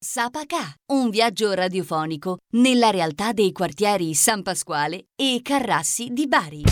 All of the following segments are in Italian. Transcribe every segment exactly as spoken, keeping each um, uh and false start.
Sapacà, un viaggio radiofonico nella realtà dei quartieri San Pasquale e Carrassi di Bari.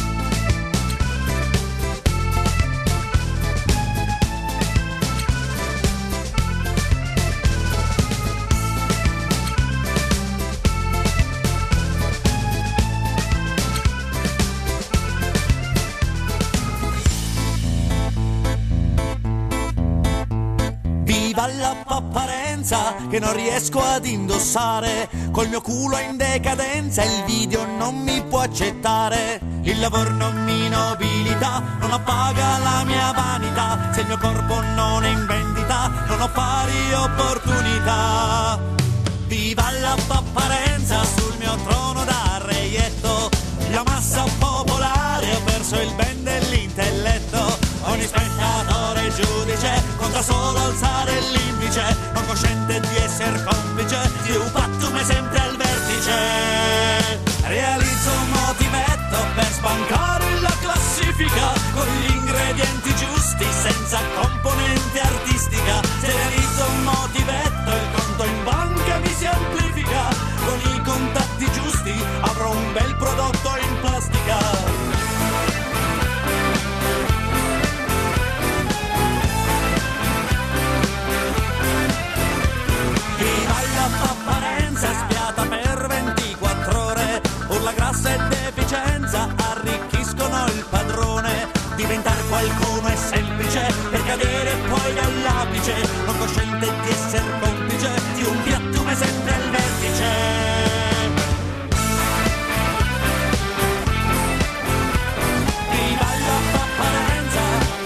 Viva la papparenza che non riesco ad indossare, col mio culo in decadenza il video non mi può accettare. Il lavoro non mi nobilita, non appaga la mia vanità, se il mio corpo non è in vendita non ho pari opportunità. Viva la papparenza sul mio trono da reietto, la massa popolare ho perso il ben dell'intelletto. Ogni spettatore e giudice conta solo alzare l'indice, non cosciente di essere complice di un pattume sempre al vertice. Realizzo un motivetto per sbancare la classifica, con gli ingredienti giusti senza componente artistica. Se realizzo un motivetto il conto in banca mi si amplifica, con i contatti giusti avrò un bel prodotto in plastica. Spiata per ventiquattro ore, urla grassa e deficienza arricchiscono il padrone. Diventare qualcuno è semplice, per cadere poi all'apice, non cosciente di essere complice di un piattume sempre al vertice. Viva la papparenza,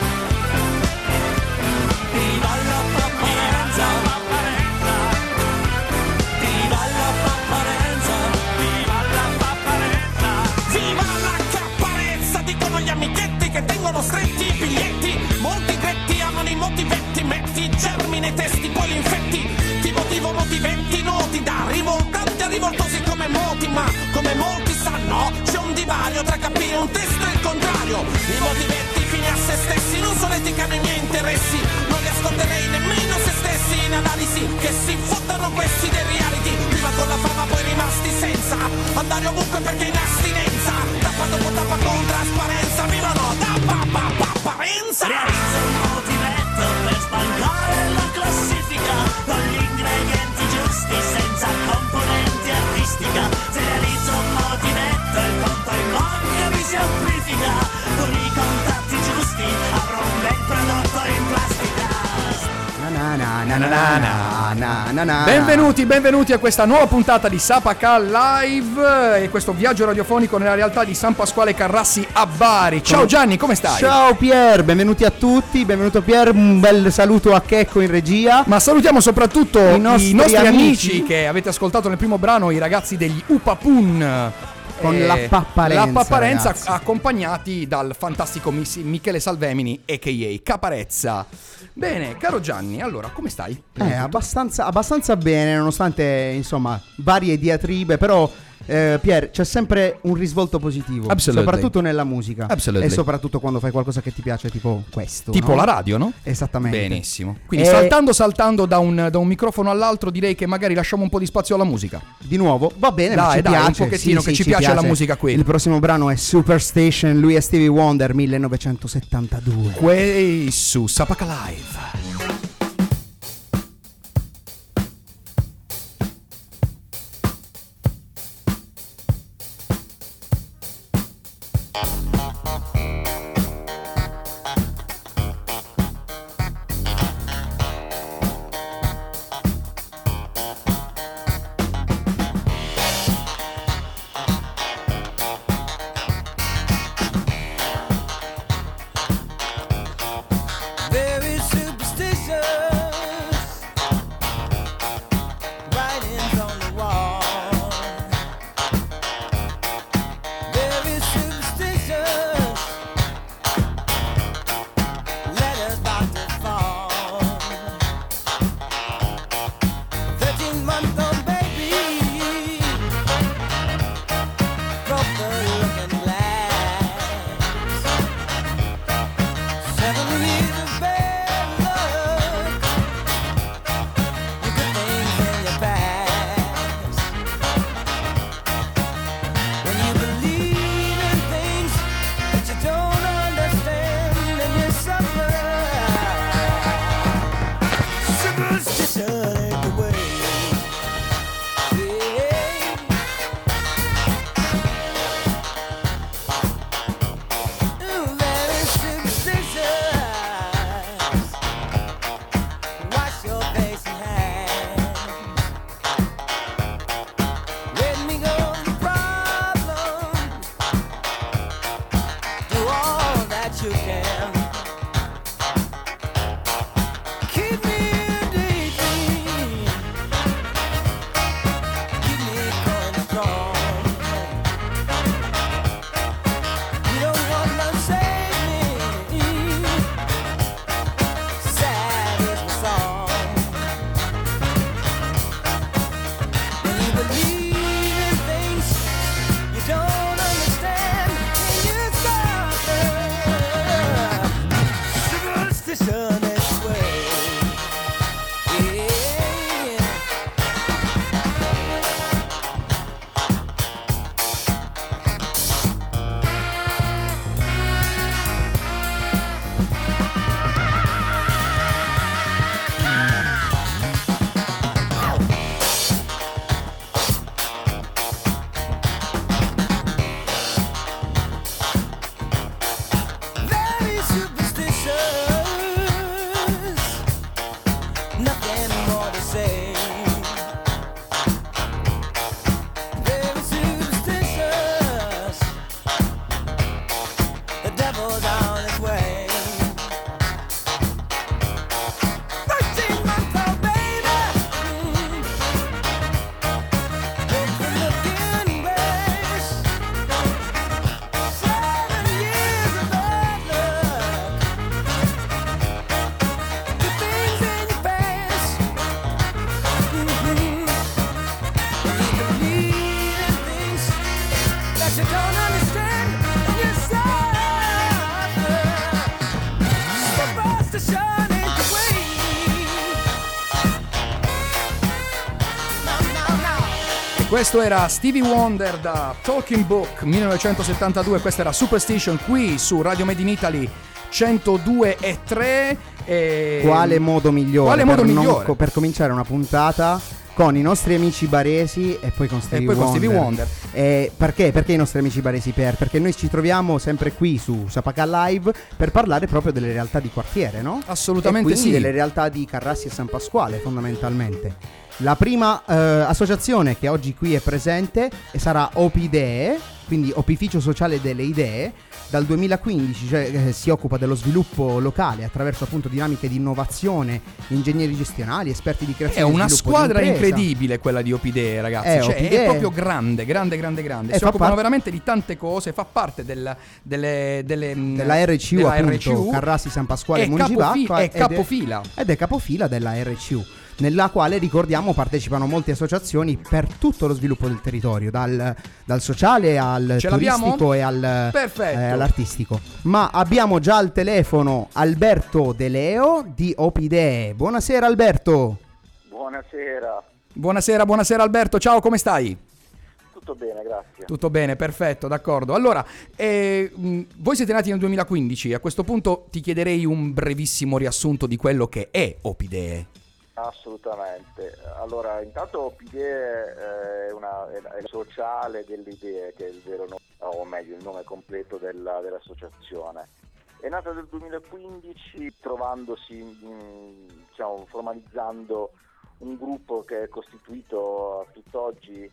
viva la papparenza, viva la papparenza, viva la papparenza, viva la capparezza, dicono gli amichetti che tengono stretti i biglietti. Molti gretti amano i motivetti, metti germi nei testi poi li infetti. Ti motivo motiventi noti da rivoltanti a rivoltosi come moti, ma come molti sanno c'è un divario tra capire un testo e il contrario. I motivetti fini a se stessi non sollevano i miei interessi, non li ascolterei nemmeno se stessi in analisi. Che si fottano questi dei reality, prima con la fama poi rimasti senza, andare ovunque perché in astinenza, tappa dopo tappa con trasparenza, vivono da pappa papparenza. Realizzo un motivetto per sbancare la classifica, con gli ingredienti giusti senza componenti artistica. Se realizzo un motivetto il conto in banca mi si amplifica, con i contatti giusti avrò un bel prodotto in plastica. Na na na na na na na na. Benvenuti, benvenuti a questa nuova puntata di Sapacà Live e questo viaggio radiofonico nella realtà di San Pasquale Carrassi a Bari. Ciao Gianni, come stai? Ciao Pier, benvenuti a tutti, benvenuto Pier, un bel saluto a Checco in regia. Ma salutiamo soprattutto i nostri, I nostri amici. amici che avete ascoltato nel primo brano, i ragazzi degli Upapun. Con eh, la papparenza, La papparenza ragazzi. accompagnati dal fantastico Miss- Michele Salvemini a k a. Caparezza. Bene, caro Gianni, allora come stai? Eh, abbastanza, abbastanza bene, nonostante insomma varie diatribe, però eh, Pier, c'è sempre un risvolto positivo. Absolutely. Soprattutto nella musica. Absolutely. E soprattutto quando fai qualcosa che ti piace, tipo questo. Tipo no? la radio, no? Esattamente. Benissimo. Quindi E- saltando saltando da un, da un microfono all'altro, direi che magari lasciamo un po' di spazio alla musica. Di nuovo, va bene, Dai, ci dai, piace, un pochettino sì, che sì, ci piace la musica qui. Il prossimo brano è Superstation, lui è Stevie Wonder, millenovecentosettantadue. Qui su Sapacà Live. Very superstitious, writings on the wall. Very superstitious, Questo era Stevie Wonder da Talking Book millenovecentosettantadue, questa era Superstition qui su Radio Made in Italy centodue e tre. E... Quale modo migliore, Quale modo per, migliore? non- per cominciare una puntata con i nostri amici baresi e poi con Stevie poi con Wonder. Stevie Wonder. E perché? Perché i nostri amici baresi? Per? Perché noi ci troviamo sempre qui su Sapacà Live per parlare proprio delle realtà di quartiere, no? Assolutamente e quindi sì. delle realtà di Carrassi e San Pasquale, fondamentalmente. La prima eh, associazione che oggi qui è presente e sarà Opidee, quindi Opificio Sociale delle Idee, dal duemilaquindici, cioè eh, si occupa dello sviluppo locale attraverso appunto dinamiche di innovazione, ingegneri gestionali, esperti di È creazione e una sviluppo squadra di impresa. incredibile quella di Opidee, ragazzi. Eh, Cioè, Opidee- è proprio grande, grande, grande, grande. Eh, Si fa occupano par- veramente di tante cose, fa parte del, delle, delle, mh, della R C U, della appunto, R C U, Carrassi San Pasquale è Mungivacca capofi- è ed capofila. ed è capofila della R C U, nella quale, ricordiamo, partecipano molte associazioni per tutto lo sviluppo del territorio, dal, dal sociale al Ce l'abbiamo? turistico e al, Perfetto. eh, all'artistico. Ma abbiamo già al telefono Alberto De Leo di Opidee. Buonasera Alberto. Buonasera, Buonasera, buonasera Alberto, ciao, come stai? tutto bene, grazie. Tutto bene, perfetto, d'accordo. Allora, eh, mh, voi siete nati nel duemilaquindici, a questo punto ti chiederei un brevissimo riassunto di quello che è Opidee. Assolutamente. Allora, intanto Opidee eh, è una è il sociale delle idee, che è il vero nome, o meglio il nome completo della, dell'associazione. È nata nel duemilaquindici trovandosi, mh, diciamo, formalizzando un gruppo che è costituito a tutt'oggi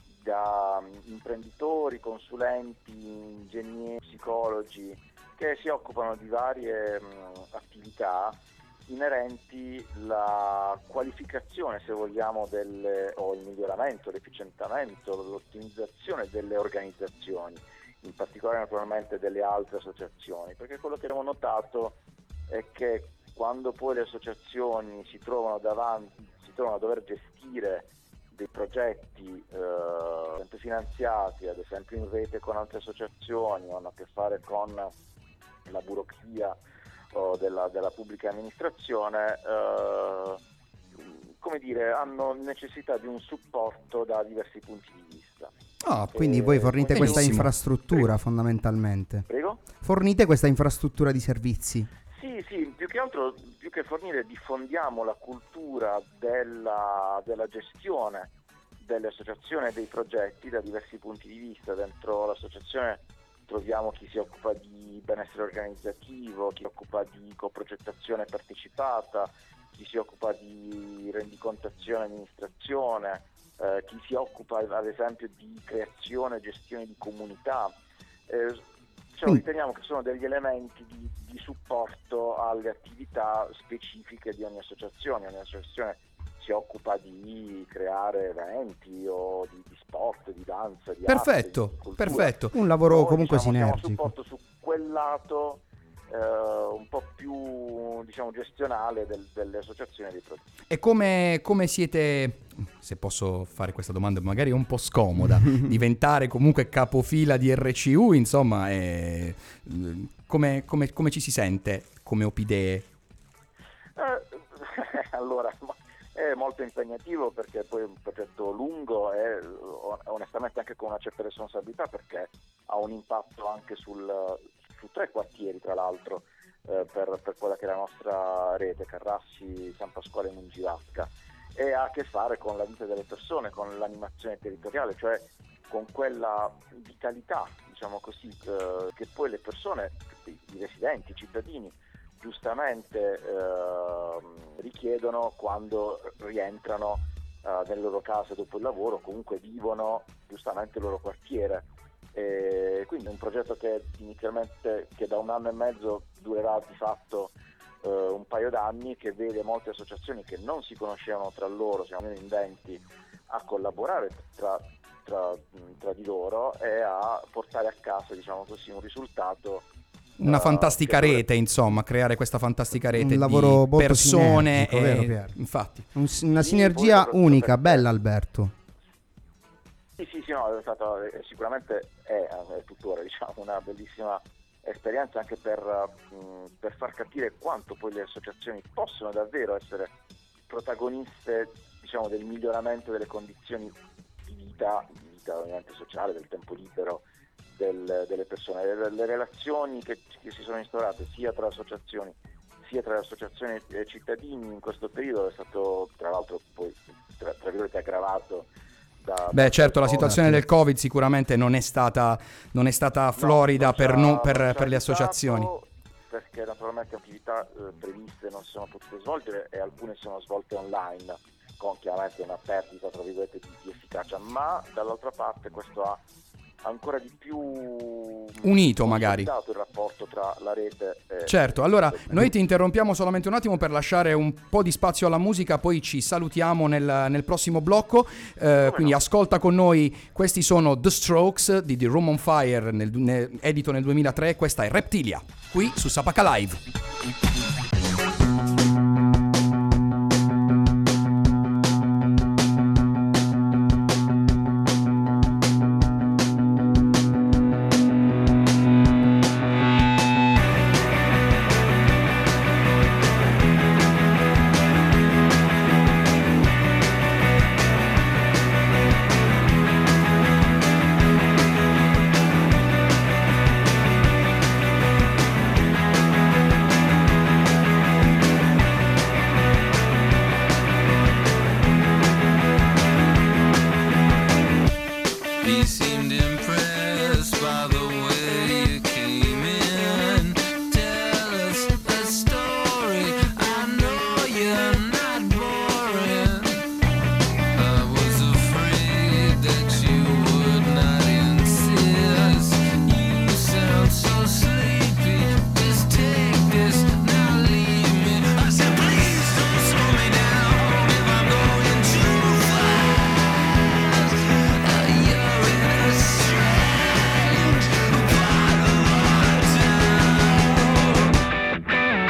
da mh, imprenditori, consulenti, ingegneri, psicologi che si occupano di varie mh, attività inerenti alla qualificazione, se vogliamo, del, o il miglioramento, l'efficientamento, l'ottimizzazione delle organizzazioni, in particolare naturalmente delle altre associazioni, perché quello che abbiamo notato è che quando poi le associazioni si trovano davanti, si trovano a dover gestire dei progetti eh, finanziati, ad esempio in rete con altre associazioni, o hanno a che fare con la burocrazia o della, della pubblica amministrazione, eh, come dire, hanno necessità di un supporto da diversi punti di vista. Ah, Quindi Eh, voi fornite quindi- questa benissimo. infrastruttura, Prego. fondamentalmente. Prego? Fornite questa infrastruttura di servizi. Sì, sì, più che altro, più che fornire, diffondiamo la cultura della, della gestione delle associazioni e dei progetti da diversi punti di vista. Dentro l'associazione troviamo chi si occupa di benessere organizzativo, chi si occupa di coprogettazione partecipata, chi si occupa di rendicontazione e amministrazione, eh, chi si occupa ad esempio di creazione e gestione di comunità. Eh, Cioè, Mm. riteniamo che sono degli elementi di, di supporto alle attività specifiche di ogni associazione. Ogni associazione si occupa di creare eventi o di, di sport, di danza, di Perfetto, arte, di cultura. perfetto. Un lavoro Noi, comunque diciamo, diamo sinergico. supporto su quel lato eh, un po' più, diciamo, gestionale del- delle associazioni e dei progetti. E come, come siete, se posso fare questa domanda magari un po' scomoda, diventare comunque capofila di R C U, insomma, è, come, come, come ci si sente come Opidee? Eh, allora, è molto impegnativo perché poi è un progetto lungo e onestamente anche con una certa responsabilità, perché ha un impatto anche sul, su tre quartieri, tra l'altro, eh, per, per quella che è la nostra rete, Carrassi, San Pasquale e Mungivacca, e ha a che fare con la vita delle persone, con l'animazione territoriale, cioè con quella vitalità, diciamo così, eh, che poi le persone, i residenti, i cittadini, giustamente eh, richiedono quando rientrano eh, nelle loro case dopo il lavoro, comunque vivono giustamente il loro quartiere. E quindi è un progetto che inizialmente, che da un anno e mezzo durerà di fatto eh, un paio d'anni, che vede molte associazioni che non si conoscevano tra loro, siamo in venti, a collaborare tra, tra, tra di loro e a portare a casa, diciamo così, un risultato. Una eh, fantastica che rete, insomma, creare questa fantastica rete Un lavoro di molto persone sinergico, e, vero, Pier? infatti. Un- una Sì, sinergia poi unica, soprattutto bella perché- Alberto. Sì, sì, sì, no, è stata, eh, sicuramente è, è tuttora, diciamo, una bellissima esperienza anche per, mh, per far capire quanto poi le associazioni possono davvero essere protagoniste, diciamo, del miglioramento delle condizioni di vita, vita ovviamente sociale, del tempo libero del, delle persone. Le, le relazioni che, che si sono instaurate sia tra associazioni sia tra le associazioni e cittadini in questo periodo è stato tra l'altro poi tra, tra virgolette aggravato da, Beh da certo, la Covid. situazione del Covid sicuramente non è stata, non è stata florida No, per, non non- c'ha- per- non c'ha per le aiutato, associazioni. perché naturalmente attività eh, previste non si sono potute svolgere e alcune sono svolte online con chiaramente una perdita tra virgolette di, di efficacia, ma dall'altra parte questo ha ancora di più Unito magari. consolidato il rapporto tra la rete e Certo, e- allora e- noi ti interrompiamo solamente un attimo per lasciare un po' di spazio alla musica, poi ci salutiamo nel, nel prossimo blocco, eh, quindi no? ascolta con noi, questi sono The Strokes di The Room on Fire, nel, ne- edito nel duemilatré, questa è Reptilia, qui su Sapaka Live. He seemed impressed by the way you came in. Tell us a story. I know you're not boring. I was afraid that you would not insist. You sound so sleepy. Just take this, now leave me. I said, please don't slow me down if I'm going too fast. You're in a strange part of our town.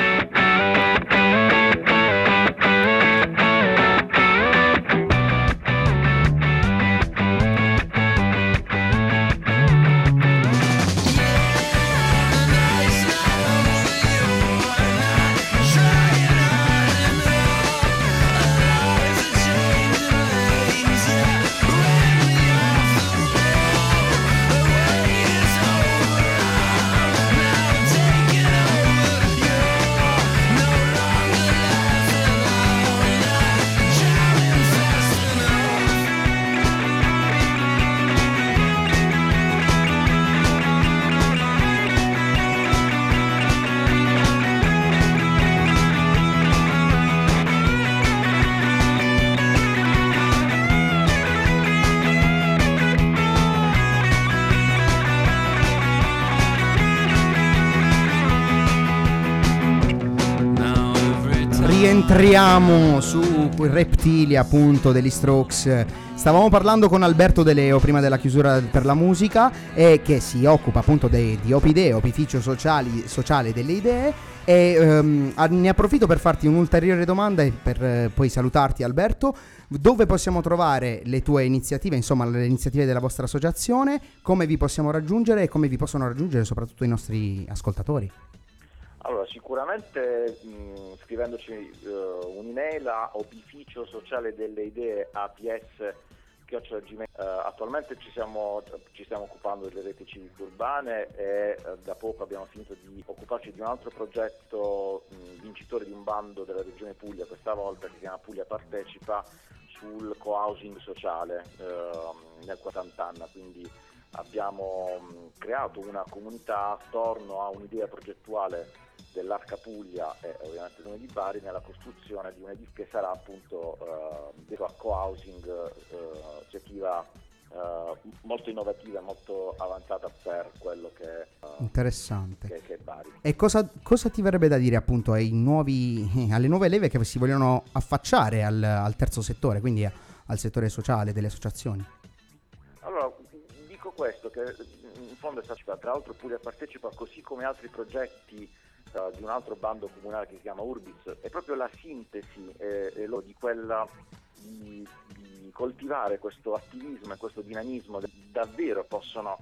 Rientriamo su Reptilia appunto degli Strokes. Stavamo parlando con Alberto De Leo prima della chiusura per la musica e che si occupa appunto dei, di Opidee, opificio sociali, sociale delle idee e ehm, a- ne approfitto per farti un'ulteriore domanda e per eh, poi salutarti Alberto. Dove possiamo trovare le tue iniziative, insomma le iniziative della vostra associazione, come vi possiamo raggiungere e come vi possono raggiungere soprattutto i nostri ascoltatori? Allora, sicuramente mh, scrivendoci uh, un'email a opificio sociale delle idee A P S chiocciola gmail. Uh, attualmente ci, siamo, ci stiamo occupando delle reti civiche urbane e uh, da poco abbiamo finito di occuparci di un altro progetto mh, vincitore di un bando della Regione Puglia, questa volta che si chiama Puglia Partecipa, sul co-housing sociale uh, nel quarant'anni, quindi abbiamo mh, creato una comunità attorno a un'idea progettuale dell'Arca Puglia e ovviamente del Comune di Bari nella costruzione di un edificio che sarà appunto eh, a co-housing, eh, iniziativa eh, molto innovativa e molto avanzata per quello che, eh, Interessante. che, che è Bari. E cosa, cosa ti verrebbe da dire appunto ai nuovi, alle nuove leve che si vogliono affacciare al, al terzo settore, quindi a- al settore sociale delle associazioni? Allora, dico questo, che in fondo è stato, tra l'altro Puglia Partecipa, così come altri progetti uh, di un altro bando comunale che si chiama Urbis, è proprio la sintesi eh, eh, lo- di quella di, di coltivare questo attivismo e questo dinamismo che davvero possono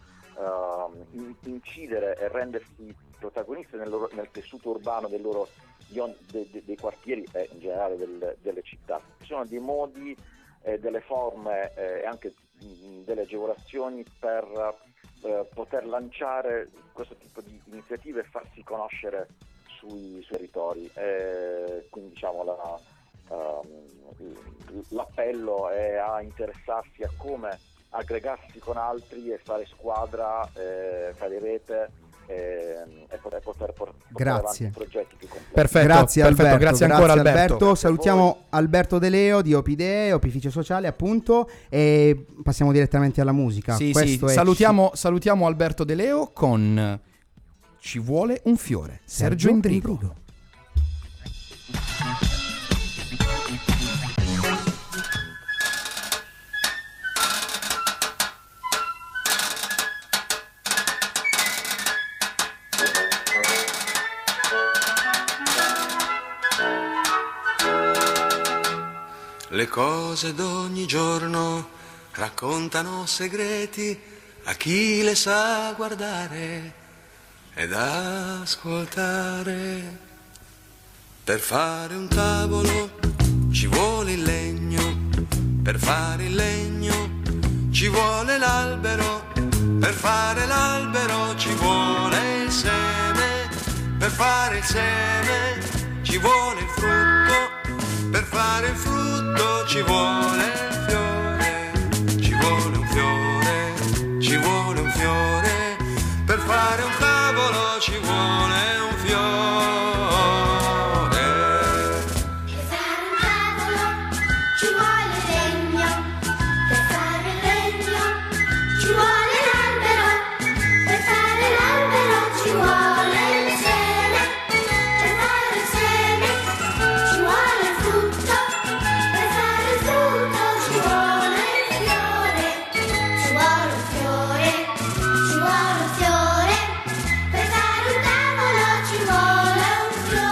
uh, in- incidere e rendersi protagonisti nel, loro- nel tessuto urbano del loro, di on- de- de- dei quartieri e in generale del- delle città. Ci sono dei modi, eh, delle forme eh, e anche mh, delle agevolazioni per eh, poter lanciare questo tipo di iniziative e farsi conoscere sui, sui territori. E quindi diciamo la, uh, l'appello è a interessarsi a come aggregarsi con altri e fare squadra, eh, fare rete e, e poter, poter portare Grazie. avanti progetti più complessi. Perfetto, Grazie perfetto, Alberto, grazie ancora Alberto. Alberto. Salutiamo Alberto De Leo di Opidee, Opificio Sociale appunto, e passiamo direttamente alla musica. Sì, Questo sì, è salutiamo, salutiamo Alberto De Leo con Ci vuole un fiore, Sergio, Sergio Endrigo. Endrigo. Le cose d'ogni giorno raccontano segreti a chi le sa guardare ed ascoltare. Per fare un tavolo ci vuole il legno, per fare il legno ci vuole l'albero, per fare l'albero ci vuole il seme, per fare il seme ci vuole il frutto, per fare il frutto ci vuole il fiore, ci vuole un fiore, ci vuole un fiore, per fare un tavolo ci vuole un fiore. Per fare un tavolo ci vuole legno, per fare il legno ci vuole l'albero, per fare l'albero ci vuole il seme, per fare il seme ci vuole il frutto, per fare il frutto ci vuole il fiore, ci vuole un fiore, ci vuole un fiore, per fare un tavolo ci vuole un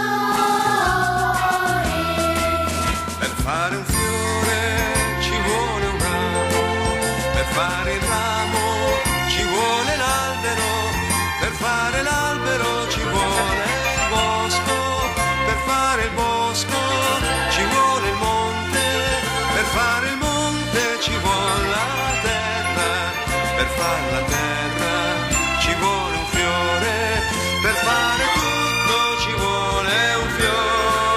fiore. Per fare un fiore ci vuole un ramo, per fare il ramo ci vuole l'albero, per fare l'albero ci vuole il bosco, per fare il bosco ci vuole il monte, per fare il monte ci vuole la terra, per fare la terra ci vuole un fiore, per fare tutto ci vuole un fiore.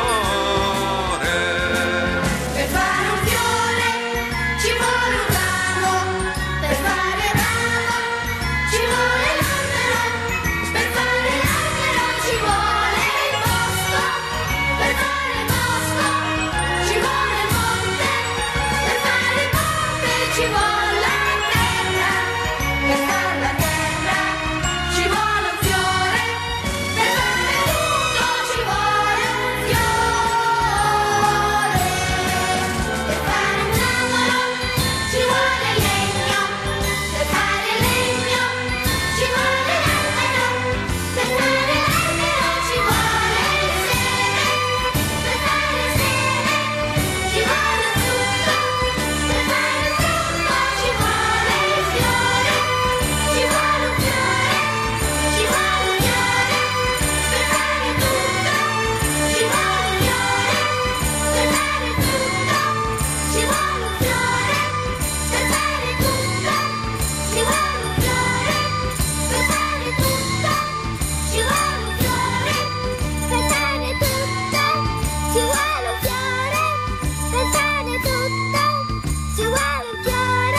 Per fare un fiore ci vuole un ramo, per fare il ramo ci vuole l'albero, per fare l'albero ci vuole il bosco, per fare il bosco ci vuole il monte, per fare il monte ci vuole la terra, per fare la terra ci vuole un fiore, per fare tutto ci vuole un fiore. Per fare un tavolo ci vuole legno, per fare legno ci vuole l'albero, per fare l'albero ci vuole il seme, per fare il seme ci vuole il frutto, per fare il frutto ci vuole il fiore, ci vuole un fiore, ci vuole un fiore, per fare tutto ci vuole un fiore, per fare tutto ci vuole un fiore, per fare tutto ci vuole un fiore, per fare tutto ci vuole un fiore, per fare tutto ci vuole un fiore, per fare tutto ci vuole un fiore.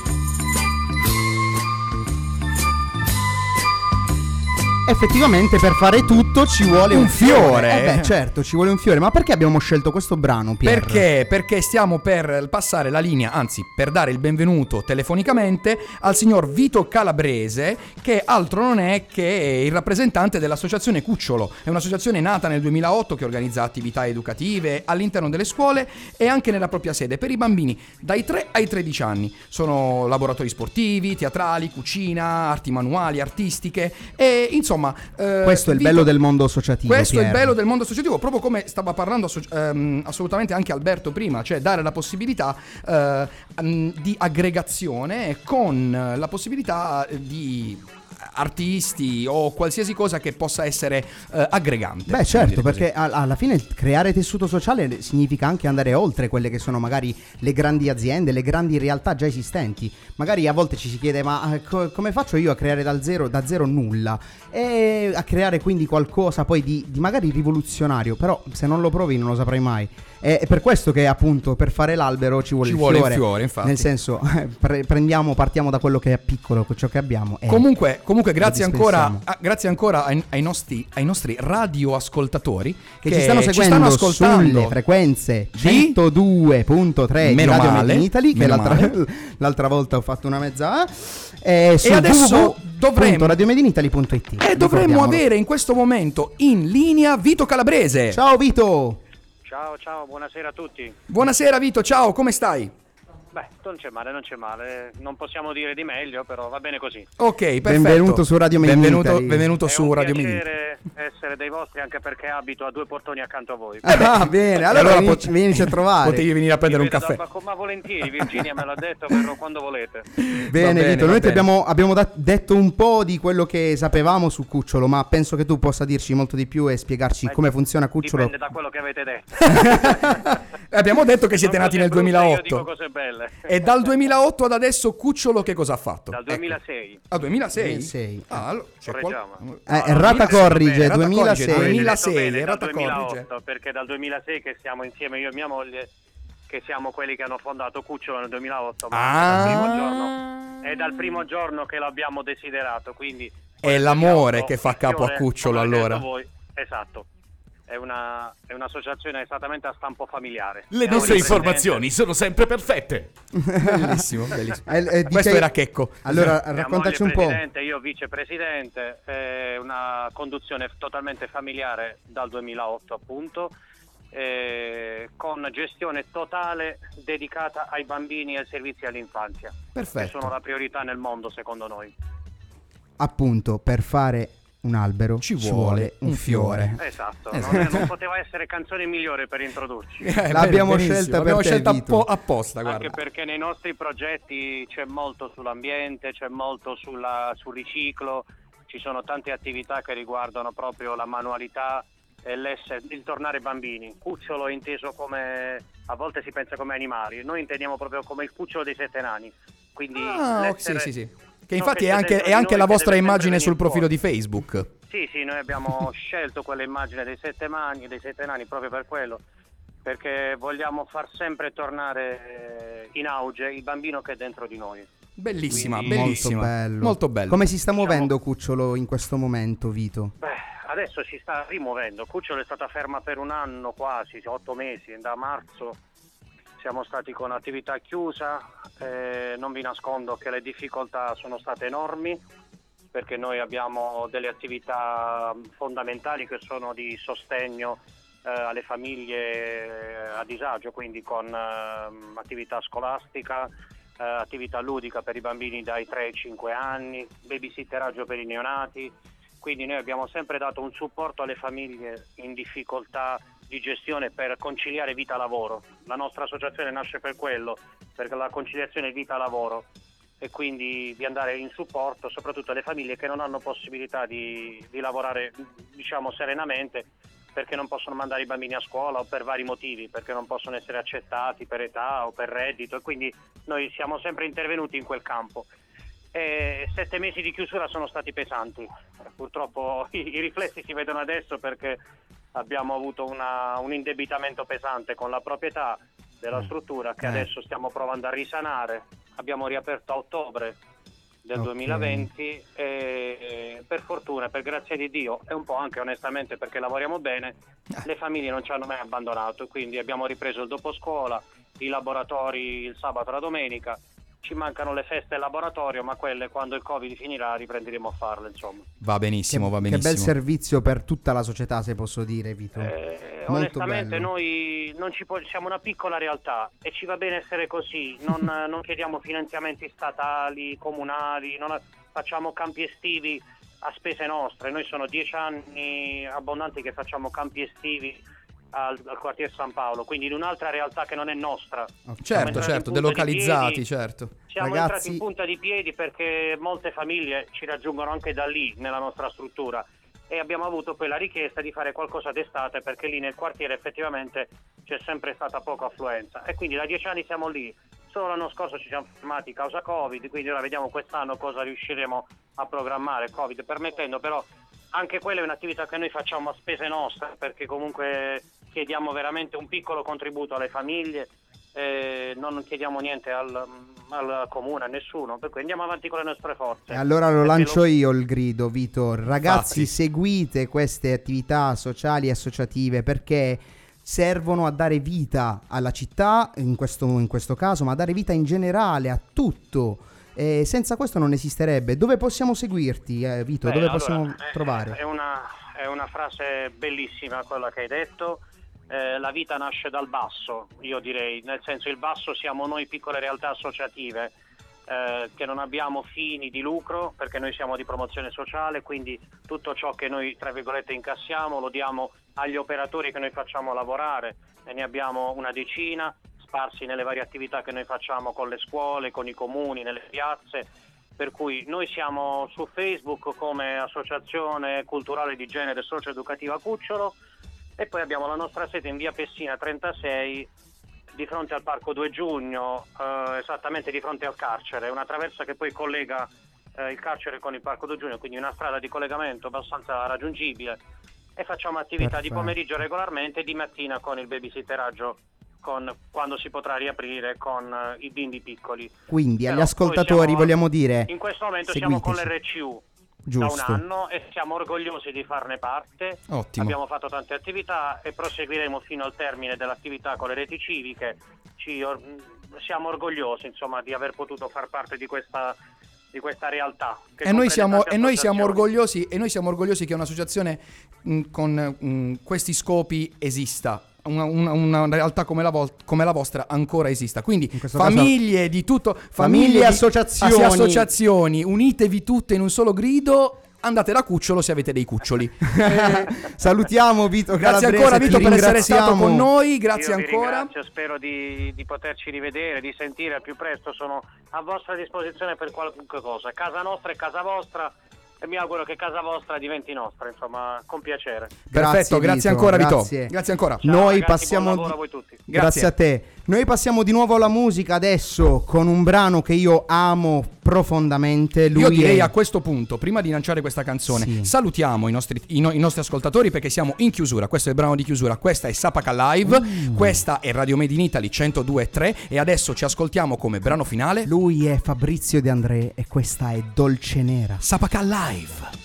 Effettivamente per fare tutto ci vuole un, Un fiore. Eh beh, certo, ci vuole un fiore. Ma perché abbiamo scelto questo brano, Pier? Perché? Perché stiamo per passare la linea, anzi per dare il benvenuto telefonicamente al signor Vito Calabrese, che altro non è che il rappresentante dell'associazione Cucciolo. È un'associazione nata nel duemilaotto che organizza attività educative all'interno delle scuole e anche nella propria sede per i bambini dai tre ai tredici anni. Sono laboratori sportivi, teatrali, cucina, arti manuali, artistiche e insomma... eh, Questo è il Vito- bello del mondo associativo. Questo è il Pier. bello del mondo associativo, proprio come stava parlando asso- ehm, assolutamente anche Alberto prima, cioè dare la possibilità eh, mm, di aggregazione con la possibilità di artisti o qualsiasi cosa che possa essere eh, aggregante. Beh, certo, possiamo dire perché a- alla fine il creare tessuto sociale significa anche andare oltre quelle che sono magari le grandi aziende, le grandi realtà già esistenti. Magari a volte ci si chiede ma eh, co- come faccio io a creare dal zero, da zero nulla e a creare quindi qualcosa poi di, di magari rivoluzionario, però se non lo provi non lo saprai mai. È, è per questo che appunto per fare l'albero ci vuole Ci il vuole il fiore, fiore, infatti. nel senso pre- prendiamo, partiamo da quello che è piccolo, ciò che abbiamo. e Comunque, comunque grazie lo ancora, dispensiamo. ah, grazie ancora ai, ai nostri, ai nostri radioascoltatori che ci stanno seguendo ascoltando. sulle frequenze Di? centodue virgola tre di Meno Radio male, Made in Italy, che meno l'altra, male. l'altra volta ho fatto una mezza eh, e su adesso dovremmo- radiomedinitaly punto it. E dovremmo Ricordiamolo. avere in questo momento in linea Vito Calabrese. Ciao Vito. Ciao, ciao, buonasera a tutti. Buonasera Vito, ciao, come stai? Beh, non c'è male, non c'è male. Non possiamo dire di meglio, però va bene così. Ok, perfetto. Benvenuto su Radio Made in Benvenuto, Italy. benvenuto È su un Radio Made in Italy. piacere essere dei vostri, anche perché abito a due portoni accanto a voi. Ah, bene, allora, allora vienici, pot- vienici a trovare. Potevi venire a prendere un Vi vedo caffè. da- ma, ma volentieri, Virginia me l'ha detto, verrò quando volete. Bene, bene, Vito, va noi ti bene. abbiamo, abbiamo da- detto un po' di quello che sapevamo su Cucciolo, ma penso che tu possa dirci molto di più e spiegarci Ma come funziona Cucciolo. Dipende da quello che avete detto. Abbiamo detto che siete Sono nati cose nel brutte, Io dico duemilaotto. cose belle. E dal duemilaotto ad adesso Cucciolo che cosa ha fatto? Dal Ecco. duemilasei. Ah, duemilasei? duemilasei. Ah, allora, c'è qual- Correggiamo. Eh, No, errata no, corrige, errata corrige, duemilasei. duemilasei, Bene, dal errata duemilaotto, corrige. perché dal duemilasei che siamo insieme io e mia moglie, che siamo quelli che hanno fondato Cucciolo nel duemilaotto, ma Ah. è dal primo giorno, è dal primo giorno che l'abbiamo desiderato, quindi È l'amore il che fa capo a fiore, Cucciolo, come avete allora. detto voi. Esatto. È, una, è un'associazione esattamente a stampo familiare. Le E nostre ogni informazioni sono sempre perfette. Bellissimo, bellissimo. Eh, eh, Questo dice- era Checco. Allora, Mia raccontaci un moglie po'. presidente, io vicepresidente, è una conduzione totalmente familiare dal duemilaotto appunto, eh, con gestione totale dedicata ai bambini e ai servizi all'infanzia, che Perfetto. sono la priorità nel mondo secondo noi. Appunto, per fare un albero Ci vuole un fiore. Esatto, Esatto. Non, è- non poteva essere canzone migliore per introdurci. Eh, L'abbiamo benissimo, scelta per l'abbiamo te, scelta Vito. appo- apposta, guarda. Anche perché nei nostri progetti c'è molto sull'ambiente, c'è molto sulla- sul riciclo, ci sono tante attività che riguardano proprio la manualità e l'essere, il tornare bambini. Cucciolo è inteso come, a volte si pensa come animali, noi intendiamo proprio come il cucciolo dei sette nani. Quindi Ah, ok, l'essere- sì, sì, sì. Che ciò infatti che è c'è anche, dentro è di anche noi la che vostra deve immagine sempre sul venire profilo di fuori. Facebook. Sì, sì, noi abbiamo scelto quell'immagine dei sette mani, dei sette nani proprio per quello, perché vogliamo far sempre tornare in auge il bambino che è dentro di noi. Bellissima, Quindi- bellissima. Molto bello. Molto bello. Come si sta Diciamo- muovendo Cucciolo in questo momento, Vito? Beh, adesso si sta rimuovendo. Cucciolo è stata ferma per un anno quasi, otto mesi, da marzo siamo stati con attività chiusa, eh, non vi nascondo che le difficoltà sono state enormi, perché noi abbiamo delle attività fondamentali che sono di sostegno eh, alle famiglie a disagio, quindi con eh, attività scolastica, eh, attività ludica per i bambini dai tre ai cinque anni, babysitteraggio per i neonati, quindi noi abbiamo sempre dato un supporto alle famiglie in difficoltà di gestione per conciliare vita-lavoro. La nostra associazione nasce per quello, per la conciliazione vita-lavoro, e quindi di andare in supporto soprattutto alle famiglie che non hanno possibilità di, di lavorare, diciamo, serenamente, perché non possono mandare i bambini a scuola o per vari motivi, perché non possono essere accettati per età o per reddito, e quindi noi siamo sempre intervenuti in quel campo. E sette mesi di chiusura sono stati pesanti, purtroppo i, i riflessi si vedono adesso, perché abbiamo avuto una, un indebitamento pesante con la proprietà della struttura che Eh. adesso stiamo provando a risanare. Abbiamo riaperto a ottobre del Ok. duemilaventi e per fortuna, per grazia di Dio, e un po' anche onestamente perché lavoriamo bene, le famiglie non ci hanno mai abbandonato, e quindi abbiamo ripreso il doposcuola, i laboratori il sabato e la domenica. Ci mancano le feste e il laboratorio, ma quelle quando il Covid finirà riprenderemo a farle, insomma. Va benissimo, va Che benissimo. bel servizio per tutta la società, se posso dire, Vito. Eh, Molto onestamente bello. noi non ci po- siamo una piccola realtà e ci va bene essere così, non, non chiediamo finanziamenti statali, comunali, non facciamo campi estivi a spese nostre. Noi sono dieci anni abbondanti che facciamo campi estivi al, al quartier San Paolo, quindi in un'altra realtà che non è nostra. Okay. Certo, certo, delocalizzati, certo. Siamo Ragazzi... entrati in punta di piedi perché molte famiglie ci raggiungono anche da lì, nella nostra struttura, e abbiamo avuto poi la richiesta di fare qualcosa d'estate perché lì nel quartiere effettivamente c'è sempre stata poca affluenza e quindi da dieci anni siamo lì. Solo l'anno scorso ci siamo fermati causa Covid, quindi ora vediamo quest'anno cosa riusciremo a programmare, Covid permettendo, però anche quella è un'attività che noi facciamo a spese nostre perché comunque chiediamo veramente un piccolo contributo alle famiglie, eh, non chiediamo niente al, al comune, a nessuno, per cui andiamo avanti con le nostre forze. E allora lo Perché lancio lo... io il grido, Vito. Ragazzi, Fatti. seguite queste attività sociali e associative perché servono a dare vita alla città, in questo, in questo caso, ma a dare vita in generale a tutto. E senza questo non esisterebbe. Dove possiamo seguirti, eh, Vito? Beh, Dove allora, possiamo è, trovare? È una, è una frase bellissima quella che hai detto. Eh, la vita nasce dal basso, io direi, nel senso il basso siamo noi piccole realtà associative eh, che non abbiamo fini di lucro perché noi siamo di promozione sociale, quindi tutto ciò che noi tra virgolette incassiamo lo diamo agli operatori che noi facciamo lavorare e ne abbiamo una decina sparsi nelle varie attività che noi facciamo con le scuole, con i comuni, nelle piazze, per cui noi siamo su Facebook come Associazione Culturale di Genere Socio-Educativa Cucciolo e poi abbiamo la nostra sede in via Pessina trentasei di fronte al Parco due Giugno, eh, esattamente di fronte al carcere, una traversa che poi collega eh, il carcere con il Parco due Giugno, quindi una strada di collegamento abbastanza raggiungibile e facciamo attività Perfetto. di pomeriggio regolarmente e di mattina con il babysitteraggio con, quando si potrà riaprire con uh, i bimbi piccoli. Quindi Però agli ascoltatori siamo, vogliamo dire in questo momento siamo con seguiteci. l'R C U Giusto. da un anno e siamo orgogliosi di farne parte. Ottimo. Abbiamo fatto tante attività e proseguiremo fino al termine dell'attività con le reti civiche. Ci or- siamo orgogliosi insomma di aver potuto far parte di questa di questa realtà che E noi, comprende siamo, tante e, noi siamo associazioni. orgogliosi, e noi siamo orgogliosi che un'associazione mh, con mh, questi scopi esista. Una, una, una realtà come la, vo- come la vostra ancora esista. Quindi In questo famiglie di tutto, Famiglie, famiglie di- associazioni. assi- associazioni, unitevi tutte in un solo grido. Andate da cucciolo se avete dei cuccioli. Eh, salutiamo Vito Grazie Calabrese, ancora ti Vito per essere stato ringraziamo. con noi, grazie Io vi ancora. ringrazio, spero di, di poterci rivedere, di sentire al più presto, sono a vostra disposizione per qualunque cosa. Casa nostra è casa vostra e mi auguro che casa vostra diventi nostra, insomma, con piacere. Perfetto, grazie Vito, ancora grazie. Vito. Grazie ancora. Ciao, Noi ragazzi, passiamo buon lavoro di- a voi tutti. Grazie. Grazie a te. Noi passiamo di nuovo alla musica adesso con un brano che io amo profondamente. Lui Io direi è... a questo punto, prima di lanciare questa canzone, Sì. salutiamo i nostri, i, no- i nostri ascoltatori perché siamo in chiusura. Questo è il brano di chiusura, questa è Sapaca Live, Mm. questa è Radio Made in Italy centodue e tre e adesso ci ascoltiamo come brano finale Lui è Fabrizio De André e questa è Dolce Nera. Sapaca Live.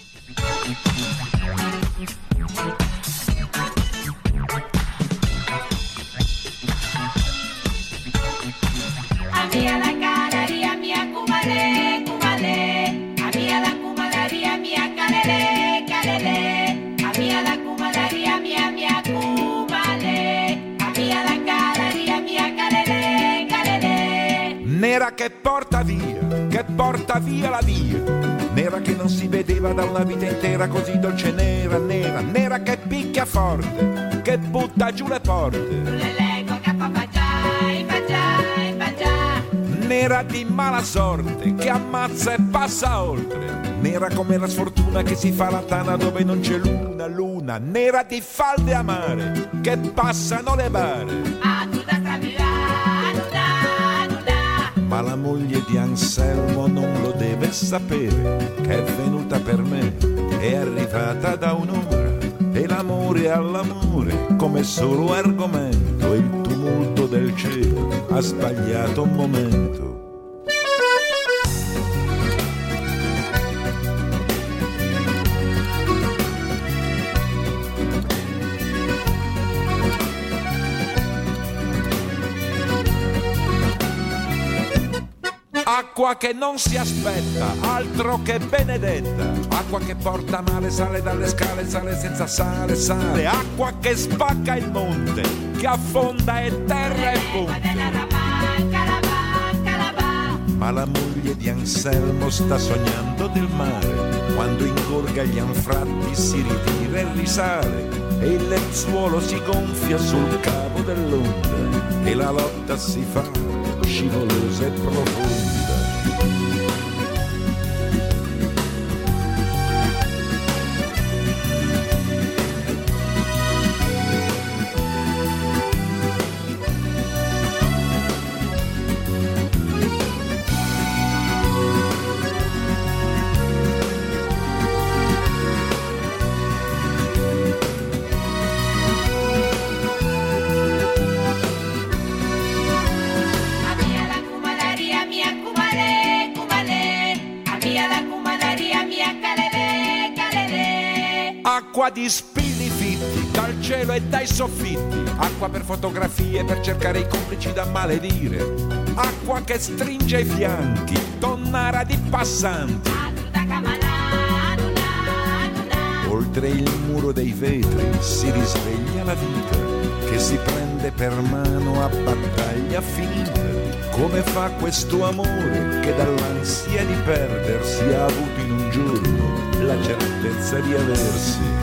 Amia la canaria mia cumale, cumale. Amia la cumalaria mia calele, calele. Amia la cumalaria mia mia cumale. Amia la canaria mia calele, calele. Nera che porta via, che porta via la via. Nera che non si vedeva da una vita intera, così dolce nera, nera. Nera che picchia forte, che butta giù le porte. Le leggo che fa baciai, baciai, baciai. Nera di mala sorte, che ammazza e passa oltre. Nera come la sfortuna che si fa la tana dove non c'è luna, luna. Nera di falde amare, che passano le bare. A tutta stravida, nuda, nuda. Ma la moglie di Anselmo non lo deve sapere, che è venuta per me, è arrivata da un'ora, e l'amore all'amore come solo argomento, e il tumulto del cielo ha sbagliato un momento. Acqua che non si aspetta, altro che benedetta. Acqua che porta male, sale dalle scale, sale senza sale, sale. Acqua che spacca il monte, che affonda e terra e ponte. Ma la moglie di Anselmo sta sognando del mare, quando ingorga gli anfratti si ritira e risale e il lenzuolo si gonfia sul capo dell'onda e la lotta si fa scivolosa e profonda. Acqua di spilli fitti dal cielo e dai soffitti, acqua per fotografie per cercare i complici da maledire, acqua che stringe i fianchi, tonnara di passanti. Oltre il muro dei vetri si risveglia la vita che si prende per mano a battaglia finita. Come fa questo amore che dall'ansia di perdersi ha avuto in un giorno la certezza di aversi.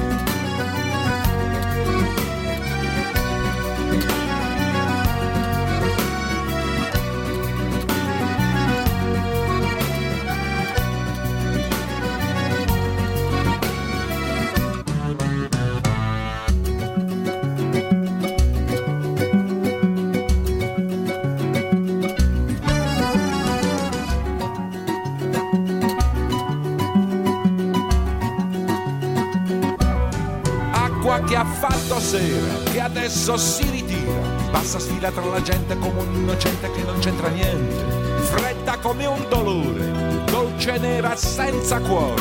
Che ha fatto sera, che adesso si ritira, passa sfila tra la gente come un innocente che non c'entra niente, fredda come un dolore, dolce e nera senza cuore.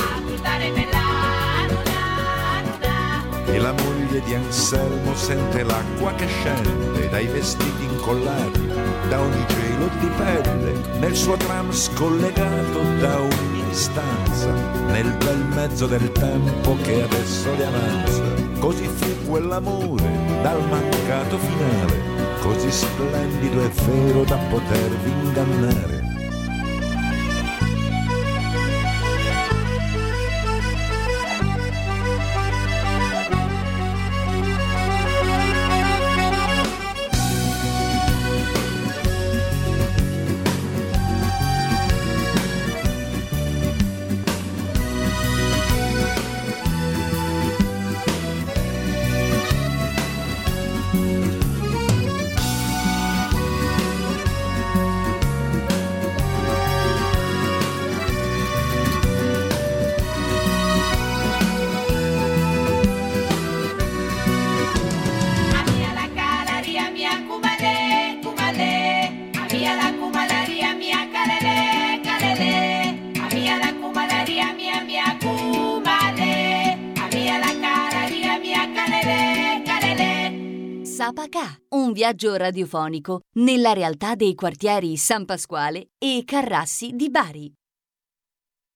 E la moglie di Anselmo sente l'acqua che scende dai vestiti incollati, da ogni gelo di pelle, nel suo tram scollegato da ogni distanza, nel bel mezzo del tempo che adesso le avanza. Così fu quell'amore dal mancato finale, così splendido e vero da potervi ingannare. Sapacà, un viaggio radiofonico nella realtà dei quartieri San Pasquale e Carrassi di Bari.